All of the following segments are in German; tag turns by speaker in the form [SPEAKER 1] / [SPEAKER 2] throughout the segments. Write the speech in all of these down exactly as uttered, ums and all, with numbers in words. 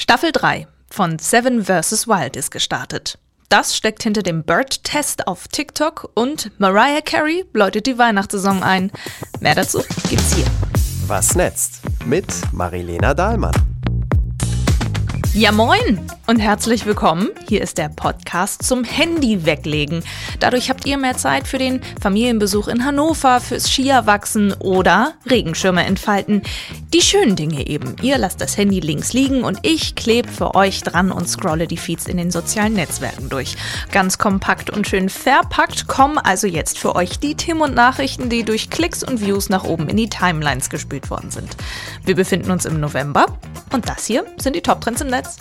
[SPEAKER 1] Staffel drei von Seven versus. Wild ist gestartet. Das steckt hinter dem Bird-Test auf TikTok und Mariah Carey läutet die Weihnachtssaison ein. Mehr dazu gibt's hier.
[SPEAKER 2] Was netzt? Mit Marilena Dahlmann.
[SPEAKER 1] Ja moin und herzlich willkommen. Hier ist der Podcast zum Handy weglegen. Dadurch habt ihr mehr Zeit für den Familienbesuch in Hannover, fürs Skier-Wachsen oder Regenschirme entfalten. Die schönen Dinge eben. Ihr lasst das Handy links liegen und ich klebe für euch dran und scrolle die Feeds in den sozialen Netzwerken durch. Ganz kompakt und schön verpackt kommen also jetzt für euch die Themen und Nachrichten, die durch Klicks und Views nach oben in die Timelines gespült worden sind. Wir befinden uns im November und das hier sind die Top-Trends im Netz.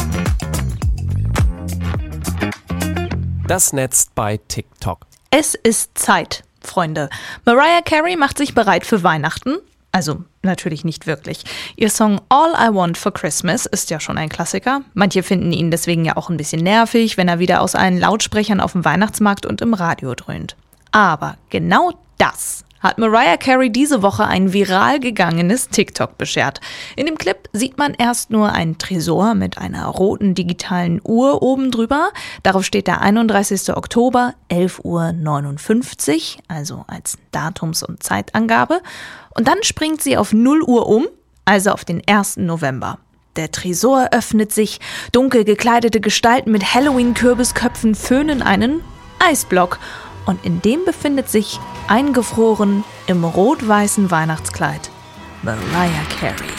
[SPEAKER 2] Das Netz bei TikTok.
[SPEAKER 1] Es ist Zeit, Freunde. Mariah Carey macht sich bereit für Weihnachten. Also natürlich nicht wirklich. Ihr Song All I Want for Christmas ist ja schon ein Klassiker. Manche finden ihn deswegen ja auch ein bisschen nervig, wenn er wieder aus allen Lautsprechern auf dem Weihnachtsmarkt und im Radio dröhnt. Aber genau das hat Mariah Carey diese Woche ein viral gegangenes TikTok beschert. In dem Clip sieht man erst nur einen Tresor mit einer roten digitalen Uhr oben drüber. Darauf steht der einunddreißigster Oktober, elf Uhr neunundfünfzig, also als Datums- und Zeitangabe. Und dann springt sie auf null Uhr um, also auf den ersten November. Der Tresor öffnet sich, dunkel gekleidete Gestalten mit Halloween-Kürbisköpfen föhnen einen Eisblock. Und in dem befindet sich, eingefroren im rot-weißen Weihnachtskleid, Mariah Carey.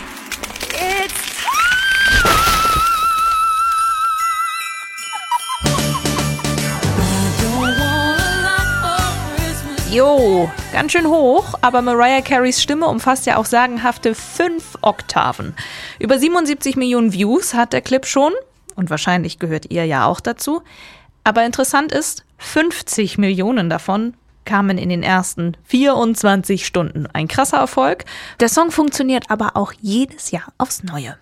[SPEAKER 1] Jo, ganz schön hoch, aber Mariah Careys Stimme umfasst ja auch sagenhafte fünf Oktaven. Über siebenundsiebzig Millionen Views hat der Clip schon und wahrscheinlich gehört ihr ja auch dazu. Aber interessant ist, fünfzig Millionen davon kamen in den ersten vierundzwanzig Stunden. Ein krasser Erfolg. Der Song funktioniert aber auch jedes Jahr aufs Neue.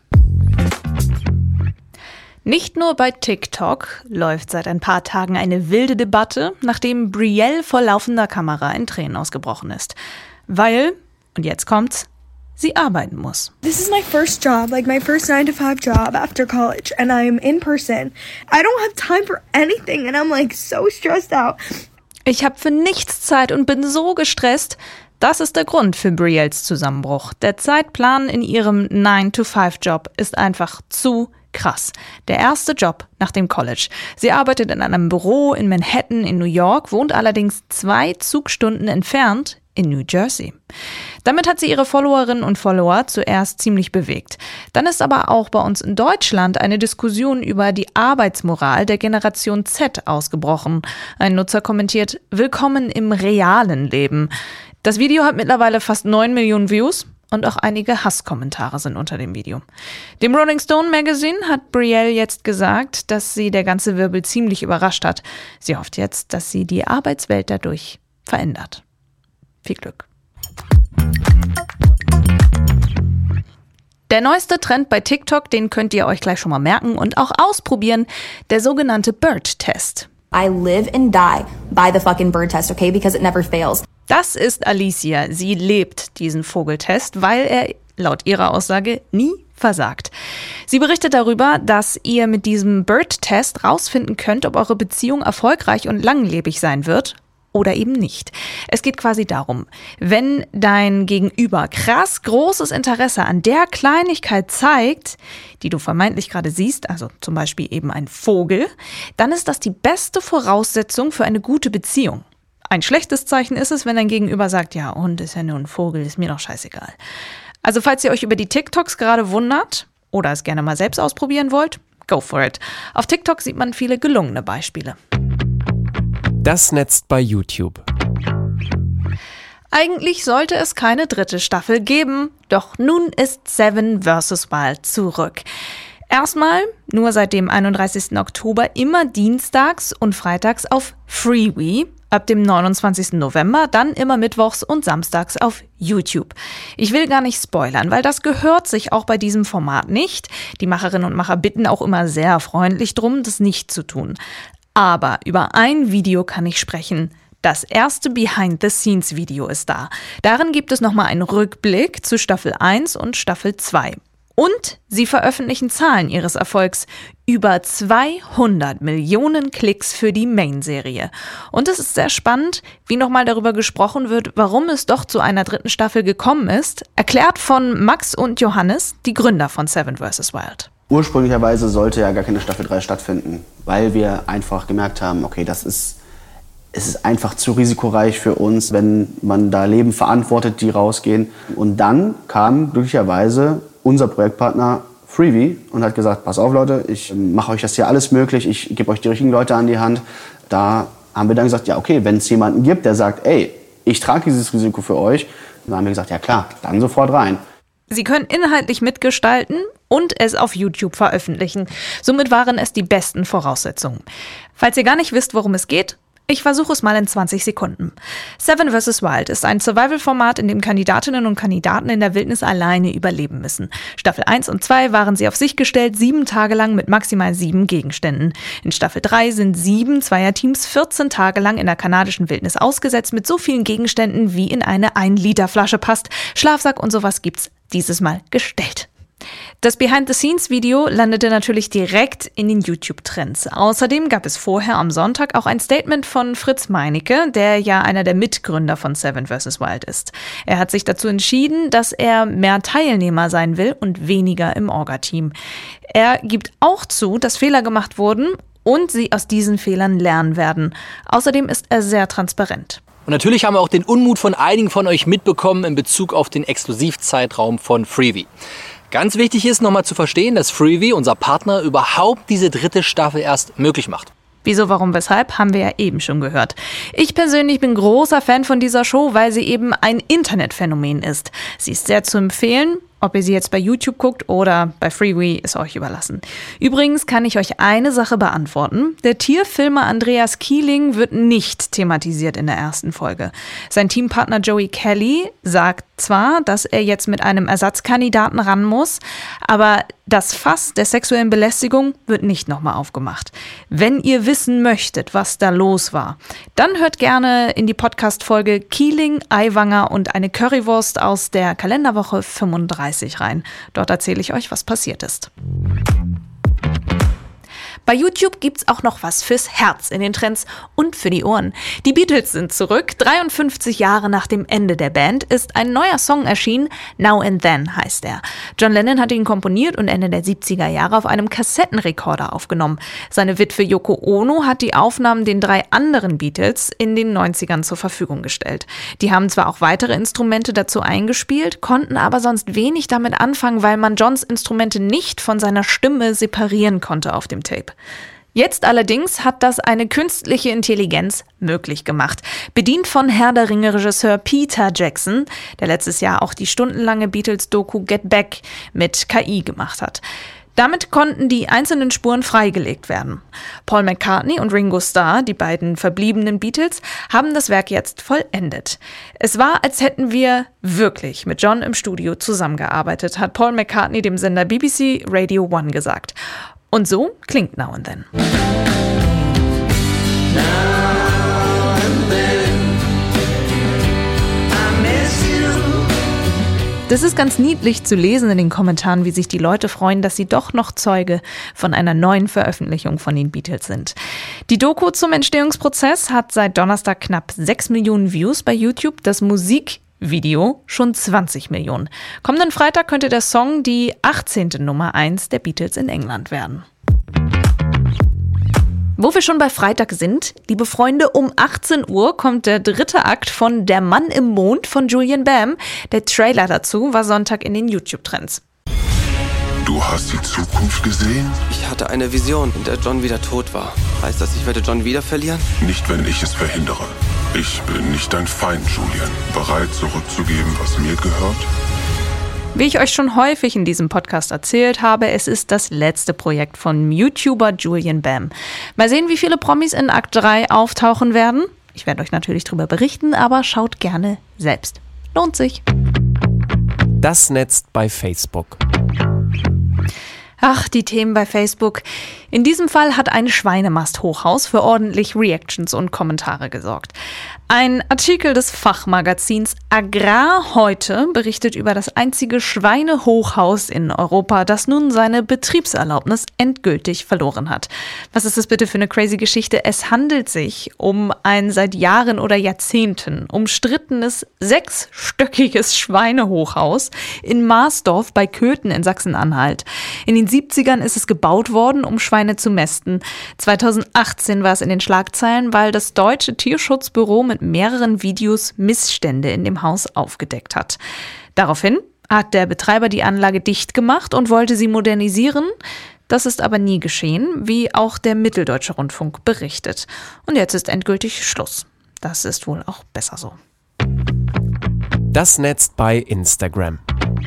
[SPEAKER 1] Nicht nur bei TikTok läuft seit ein paar Tagen eine wilde Debatte, nachdem Brielle vor laufender Kamera in Tränen ausgebrochen ist. Weil, und jetzt kommt's, sie arbeiten muss.
[SPEAKER 3] This is my first job, like my first nine to five job after college, and I'm in person. I don't have time for anything, and I'm like so stressed out.
[SPEAKER 1] Ich habe für nichts Zeit und bin so gestresst. Das ist der Grund für Brielles Zusammenbruch. Der Zeitplan in ihrem nine to five Job ist einfach zu krass. Der erste Job nach dem College. Sie arbeitet in einem Büro in Manhattan in New York, wohnt allerdings zwei Zugstunden entfernt in New Jersey. Damit hat sie ihre Followerinnen und Follower zuerst ziemlich bewegt. Dann ist aber auch bei uns in Deutschland eine Diskussion über die Arbeitsmoral der Generation Z ausgebrochen. Ein Nutzer kommentiert: Willkommen im realen Leben. Das Video hat mittlerweile fast neun Millionen Views und auch einige Hasskommentare sind unter dem Video. Dem Rolling Stone Magazine hat Brielle jetzt gesagt, dass sie der ganze Wirbel ziemlich überrascht hat. Sie hofft jetzt, dass sie die Arbeitswelt dadurch verändert. Viel Glück. Der neueste Trend bei TikTok, den könnt ihr euch gleich schon mal merken und auch ausprobieren, der sogenannte Bird-Test.
[SPEAKER 4] I live and die by the fucking bird test, okay? Because it never fails.
[SPEAKER 1] Das ist Alicia. Sie lebt diesen Vogeltest, weil er laut ihrer Aussage nie versagt. Sie berichtet darüber, dass ihr mit diesem Bird-Test rausfinden könnt, ob eure Beziehung erfolgreich und langlebig sein wird oder eben nicht. Es geht quasi darum, wenn dein Gegenüber krass großes Interesse an der Kleinigkeit zeigt, die du vermeintlich gerade siehst, also zum Beispiel eben ein Vogel, dann ist das die beste Voraussetzung für eine gute Beziehung. Ein schlechtes Zeichen ist es, wenn dein Gegenüber sagt, ja, und ist ja nur ein Vogel, ist mir doch scheißegal. Also falls ihr euch über die TikToks gerade wundert oder es gerne mal selbst ausprobieren wollt, go for it. Auf TikTok sieht man viele gelungene Beispiele.
[SPEAKER 2] Das Netz bei YouTube.
[SPEAKER 1] Eigentlich sollte es keine dritte Staffel geben, doch nun ist Seven versus. Wild zurück. Erstmal nur seit dem einunddreißigsten Oktober immer dienstags und freitags auf Freevee, ab dem neunundzwanzigsten November dann immer mittwochs und samstags auf YouTube. Ich will gar nicht spoilern, weil das gehört sich auch bei diesem Format nicht. Die Macherinnen und Macher bitten auch immer sehr freundlich drum, das nicht zu tun. Aber über ein Video kann ich sprechen. Das erste Behind-the-Scenes-Video ist da. Darin gibt es nochmal einen Rückblick zu Staffel eins und Staffel zwei. Und sie veröffentlichen Zahlen ihres Erfolgs. Über zweihundert Millionen Klicks für die Main-Serie. Und es ist sehr spannend, wie nochmal darüber gesprochen wird, warum es doch zu einer dritten Staffel gekommen ist. Erklärt von Max und Johannes, die Gründer von Seven versus. Wild.
[SPEAKER 5] Ursprünglicherweise sollte ja gar keine Staffel drei stattfinden, weil wir einfach gemerkt haben, okay, das ist, es ist einfach zu risikoreich für uns, wenn man da Leben verantwortet, die rausgehen. Und dann kam glücklicherweise unser Projektpartner Freevee und hat gesagt, pass auf Leute, ich mache euch das hier alles möglich, ich gebe euch die richtigen Leute an die Hand. Da haben wir dann gesagt, ja okay, wenn es jemanden gibt, der sagt, ey, ich trage dieses Risiko für euch, dann haben wir gesagt, ja klar, dann sofort rein.
[SPEAKER 1] Sie können inhaltlich mitgestalten und es auf YouTube veröffentlichen. Somit waren es die besten Voraussetzungen. Falls ihr gar nicht wisst, worum es geht, ich versuche es mal in zwanzig Sekunden. Seven versus. Wild ist ein Survival-Format, in dem Kandidatinnen und Kandidaten in der Wildnis alleine überleben müssen. Staffel eins und zwei waren sie auf sich gestellt, sieben Tage lang mit maximal sieben Gegenständen. In Staffel drei sind sieben Zweierteams vierzehn Tage lang in der kanadischen Wildnis ausgesetzt mit so vielen Gegenständen, wie in eine ein Liter Flasche passt. Schlafsack und sowas gibt's dieses Mal gestellt. Das Behind-the-Scenes-Video landete natürlich direkt in den YouTube-Trends. Außerdem gab es vorher am Sonntag auch ein Statement von Fritz Meinecke, der ja einer der Mitgründer von Seven versus. Wild ist. Er hat sich dazu entschieden, dass er mehr Teilnehmer sein will und weniger im Orga-Team. Er gibt auch zu, dass Fehler gemacht wurden und sie aus diesen Fehlern lernen werden. Außerdem ist er sehr transparent.
[SPEAKER 6] Und natürlich haben wir auch den Unmut von einigen von euch mitbekommen in Bezug auf den Exklusivzeitraum von Freevee. Ganz wichtig ist nochmal zu verstehen, dass Freevee, unser Partner, überhaupt diese dritte Staffel erst möglich macht.
[SPEAKER 1] Wieso, warum, weshalb, haben wir ja eben schon gehört. Ich persönlich bin großer Fan von dieser Show, weil sie eben ein Internetphänomen ist. Sie ist sehr zu empfehlen. Ob ihr sie jetzt bei YouTube guckt oder bei Freevee, ist euch überlassen. Übrigens kann ich euch eine Sache beantworten. Der Tierfilmer Andreas Kieling wird nicht thematisiert in der ersten Folge. Sein Teampartner Joey Kelly sagt zwar, dass er jetzt mit einem Ersatzkandidaten ran muss, aber das Fass der sexuellen Belästigung wird nicht nochmal aufgemacht. Wenn ihr wissen möchtet, was da los war, dann hört gerne in die Podcast-Folge Kieling, Aiwanger und eine Currywurst aus der Kalenderwoche fünfunddreißig rein. Dort erzähle ich euch, was passiert ist. Bei YouTube gibt's auch noch was fürs Herz in den Trends und für die Ohren. Die Beatles sind zurück. dreiundfünfzig Jahre nach dem Ende der Band ist ein neuer Song erschienen. Now and Then heißt er. John Lennon hat ihn komponiert und Ende der siebziger Jahre auf einem Kassettenrekorder aufgenommen. Seine Witwe Yoko Ono hat die Aufnahmen den drei anderen Beatles in den neunzigern zur Verfügung gestellt. Die haben zwar auch weitere Instrumente dazu eingespielt, konnten aber sonst wenig damit anfangen, weil man Johns Instrumente nicht von seiner Stimme separieren konnte auf dem Tape. Jetzt allerdings hat das eine künstliche Intelligenz möglich gemacht. Bedient von Herr der Ringe-Regisseur Peter Jackson, der letztes Jahr auch die stundenlange Beatles-Doku Get Back mit K I gemacht hat. Damit konnten die einzelnen Spuren freigelegt werden. Paul McCartney und Ringo Starr, die beiden verbliebenen Beatles, haben das Werk jetzt vollendet. Es war, als hätten wir wirklich mit John im Studio zusammengearbeitet, hat Paul McCartney dem Sender B B C Radio One gesagt. Und so klingt Now and Then. Das ist ganz niedlich zu lesen in den Kommentaren, wie sich die Leute freuen, dass sie doch noch Zeuge von einer neuen Veröffentlichung von den Beatles sind. Die Doku zum Entstehungsprozess hat seit Donnerstag knapp sechs Millionen Views bei YouTube. Das Musikvideo schon zwanzig Millionen. Kommenden Freitag könnte der Song die achtzehnte Nummer eins der Beatles in England werden. Wo wir schon bei Freitag sind, liebe Freunde, um achtzehn Uhr kommt der dritte Akt von Der Mann im Mond von Julian Bam. Der Trailer dazu war Sonntag in den YouTube-Trends.
[SPEAKER 7] Du hast die Zukunft gesehen?
[SPEAKER 8] Ich hatte eine Vision, in der John wieder tot war. Heißt das, ich werde John wieder verlieren?
[SPEAKER 7] Nicht, wenn ich es verhindere. Ich bin nicht dein Feind, Julian. Bereit, zurückzugeben, was mir gehört?
[SPEAKER 1] Wie ich euch schon häufig in diesem Podcast erzählt habe, es ist das letzte Projekt von YouTuber Julian Bam. Mal sehen, wie viele Promis in Akt drei auftauchen werden. Ich werde euch natürlich darüber berichten, aber schaut gerne selbst. Lohnt sich.
[SPEAKER 2] Das Netz bei Facebook.
[SPEAKER 1] Ach, die Themen bei Facebook. In diesem Fall hat ein Schweinemast-Hochhaus für ordentlich Reactions und Kommentare gesorgt. Ein Artikel des Fachmagazins Agrar heute berichtet über das einzige Schweinehochhaus in Europa, das nun seine Betriebserlaubnis endgültig verloren hat. Was ist das bitte für eine crazy Geschichte? Es handelt sich um ein seit Jahren oder Jahrzehnten umstrittenes sechsstöckiges Schweinehochhaus in Marsdorf bei Köthen in Sachsen-Anhalt. In den siebzigern ist es gebaut worden, um Schweine zu mästen. zweitausendachtzehn war es in den Schlagzeilen, weil das deutsche Tierschutzbüro mit mehreren Videos Missstände in dem Haus aufgedeckt hat. Daraufhin hat der Betreiber die Anlage dicht gemacht und wollte sie modernisieren. Das ist aber nie geschehen, wie auch der Mitteldeutsche Rundfunk berichtet. Und jetzt ist endgültig Schluss. Das ist wohl auch besser so.
[SPEAKER 2] Das Netz bei Instagram.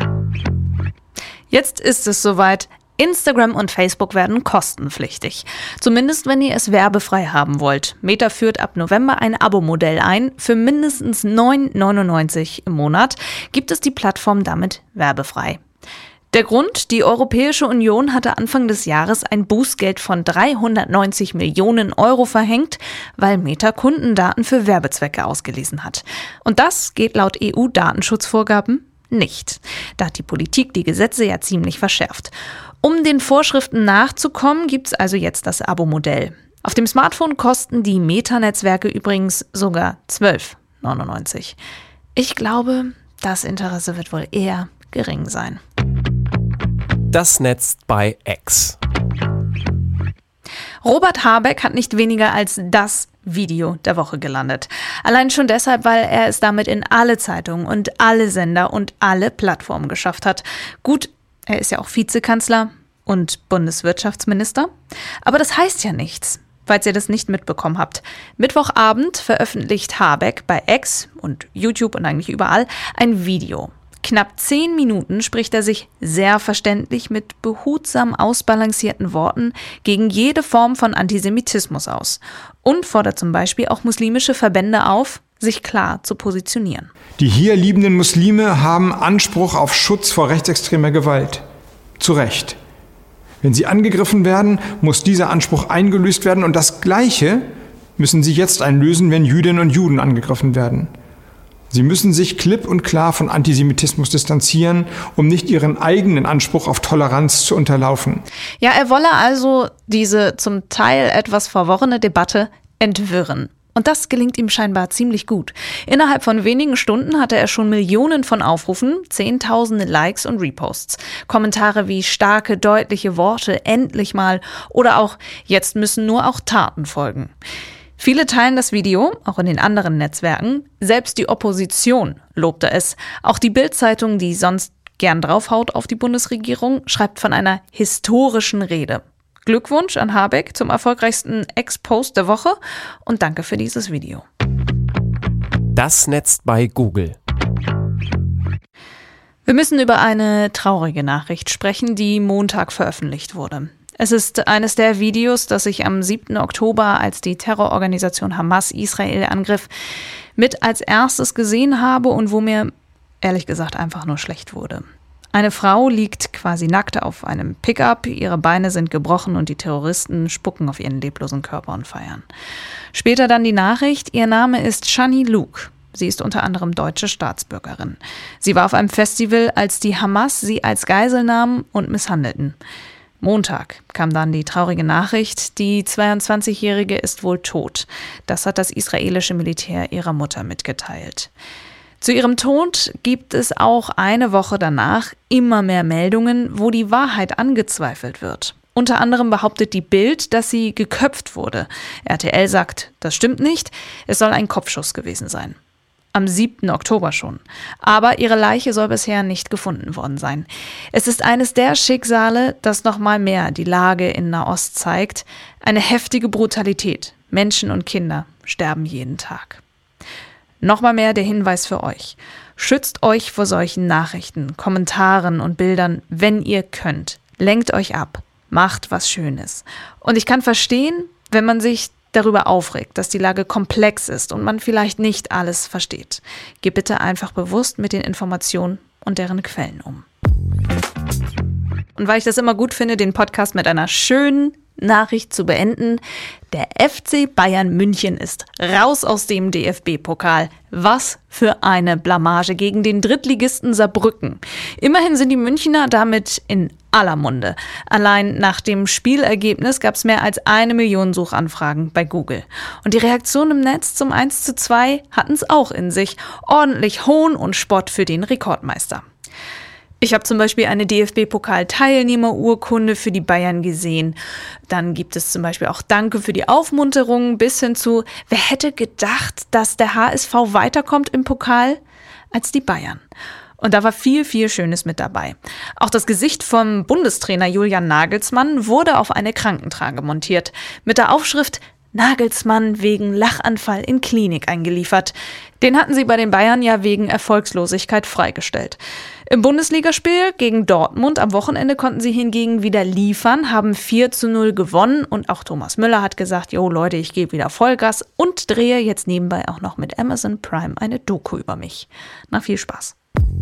[SPEAKER 1] Jetzt ist es soweit. Instagram und Facebook werden kostenpflichtig. Zumindest, wenn ihr es werbefrei haben wollt. Meta führt ab November ein Abo-Modell ein. Für mindestens neun neunundneunzig im Monat gibt es die Plattform damit werbefrei. Der Grund: Die Europäische Union hatte Anfang des Jahres ein Bußgeld von dreihundertneunzig Millionen Euro verhängt, weil Meta Kundendaten für Werbezwecke ausgelesen hat. Und das geht laut E U-Datenschutzvorgaben nicht. Da hat die Politik die Gesetze ja ziemlich verschärft. Um den Vorschriften nachzukommen, gibt es also jetzt das Abo-Modell. Auf dem Smartphone kosten die Meta-Netzwerke übrigens sogar zwölf neunundneunzig. Ich glaube, das Interesse wird wohl eher gering sein.
[SPEAKER 2] Das Netz bei X.
[SPEAKER 1] Robert Habeck hat nicht weniger als das Video der Woche gelandet. Allein schon deshalb, weil er es damit in alle Zeitungen und alle Sender und alle Plattformen geschafft hat. Gut, er ist ja auch Vizekanzler und Bundeswirtschaftsminister. Aber das heißt ja nichts, falls ihr das nicht mitbekommen habt. Mittwochabend veröffentlicht Habeck bei X und YouTube und eigentlich überall ein Video. Knapp zehn Minuten spricht er sich sehr verständlich mit behutsam ausbalancierten Worten gegen jede Form von Antisemitismus aus und fordert zum Beispiel auch muslimische Verbände auf, sich klar zu positionieren.
[SPEAKER 9] Die hier liebenden Muslime haben Anspruch auf Schutz vor rechtsextremer Gewalt. Zu Recht. Wenn sie angegriffen werden, muss dieser Anspruch eingelöst werden und das Gleiche müssen sie jetzt einlösen, wenn Jüdinnen und Juden angegriffen werden. Sie müssen sich klipp und klar von Antisemitismus distanzieren, um nicht ihren eigenen Anspruch auf Toleranz zu unterlaufen.
[SPEAKER 1] Ja, er wolle also diese zum Teil etwas verworrene Debatte entwirren. Und das gelingt ihm scheinbar ziemlich gut. Innerhalb von wenigen Stunden hatte er schon Millionen von Aufrufen, Zehntausende Likes und Reposts. Kommentare wie starke, deutliche Worte, endlich mal oder auch jetzt müssen nur auch Taten folgen. Viele teilen das Video, auch in den anderen Netzwerken. Selbst die Opposition lobte es. Auch die Bild-Zeitung, die sonst gern draufhaut auf die Bundesregierung, schreibt von einer historischen Rede. Glückwunsch an Habeck zum erfolgreichsten Ex-Post der Woche und danke für dieses Video.
[SPEAKER 2] Das Netz bei Google.
[SPEAKER 1] Wir müssen über eine traurige Nachricht sprechen, die Montag veröffentlicht wurde. Es ist eines der Videos, das ich am siebten Oktober, als die Terrororganisation Hamas Israel angriff, mit als erstes gesehen habe und wo mir ehrlich gesagt einfach nur schlecht wurde. Eine Frau liegt quasi nackt auf einem Pickup, ihre Beine sind gebrochen und die Terroristen spucken auf ihren leblosen Körper und feiern. Später dann die Nachricht, ihr Name ist Shani Luke. Sie ist unter anderem deutsche Staatsbürgerin. Sie war auf einem Festival, als die Hamas sie als Geisel nahmen und misshandelten. Montag kam dann die traurige Nachricht, die zweiundzwanzigjährige ist wohl tot. Das hat das israelische Militär ihrer Mutter mitgeteilt. Zu ihrem Tod gibt es auch eine Woche danach immer mehr Meldungen, wo die Wahrheit angezweifelt wird. Unter anderem behauptet die Bild, dass sie geköpft wurde. R T L sagt, das stimmt nicht, es soll ein Kopfschuss gewesen sein. Am siebten Oktober schon. Aber ihre Leiche soll bisher nicht gefunden worden sein. Es ist eines der Schicksale, das nochmal mehr die Lage in Nahost zeigt. Eine heftige Brutalität. Menschen und Kinder sterben jeden Tag. Nochmal mehr der Hinweis für euch. Schützt euch vor solchen Nachrichten, Kommentaren und Bildern, wenn ihr könnt. Lenkt euch ab. Macht was Schönes. Und ich kann verstehen, wenn man sich darüber aufregt, dass die Lage komplex ist und man vielleicht nicht alles versteht. Geht bitte einfach bewusst mit den Informationen und deren Quellen um. Und weil ich das immer gut finde, den Podcast mit einer schönen Nachricht zu beenden. Der F C Bayern München ist raus aus dem D F B-Pokal. Was für eine Blamage gegen den Drittligisten Saarbrücken. Immerhin sind die Münchner damit in aller Munde. Allein nach dem Spielergebnis gab es mehr als eine Million Suchanfragen bei Google. Und die Reaktionen im Netz zum eins zu zwei hatten es auch in sich. Ordentlich Hohn und Spott für den Rekordmeister. Ich habe zum Beispiel eine D F B-Pokal-Teilnehmerurkunde für die Bayern gesehen. Dann gibt es zum Beispiel auch Danke für die Aufmunterung bis hin zu, wer hätte gedacht, dass der H S V weiterkommt im Pokal als die Bayern. Und da war viel, viel Schönes mit dabei. Auch das Gesicht vom Bundestrainer Julian Nagelsmann wurde auf eine Krankentrage montiert. Mit der Aufschrift Nagelsmann wegen Lachanfall in Klinik eingeliefert. Den hatten sie bei den Bayern ja wegen Erfolgslosigkeit freigestellt. Im Bundesligaspiel gegen Dortmund am Wochenende konnten sie hingegen wieder liefern, haben vier zu null gewonnen und auch Thomas Müller hat gesagt, jo Leute, ich gebe wieder Vollgas und drehe jetzt nebenbei auch noch mit Amazon Prime eine Doku über mich. Na, viel Spaß.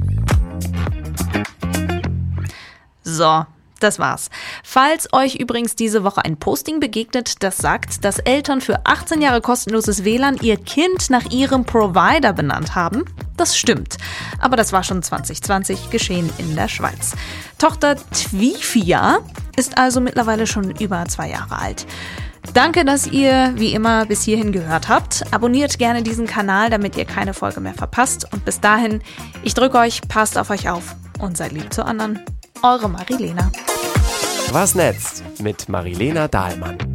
[SPEAKER 1] So, das war's. Falls euch übrigens diese Woche ein Posting begegnet, das sagt, dass Eltern für achtzehn Jahre kostenloses W L A N ihr Kind nach ihrem Provider benannt haben, das stimmt. Aber das war schon zwanzig zwanzig geschehen in der Schweiz. Tochter Twifia ist also mittlerweile schon über zwei Jahre alt. Danke, dass ihr wie immer bis hierhin gehört habt. Abonniert gerne diesen Kanal, damit ihr keine Folge mehr verpasst. Und bis dahin, ich drücke euch, passt auf euch auf und seid lieb zu anderen. Eure Marilena.
[SPEAKER 2] Was netzt mit Marilena Dahlmann.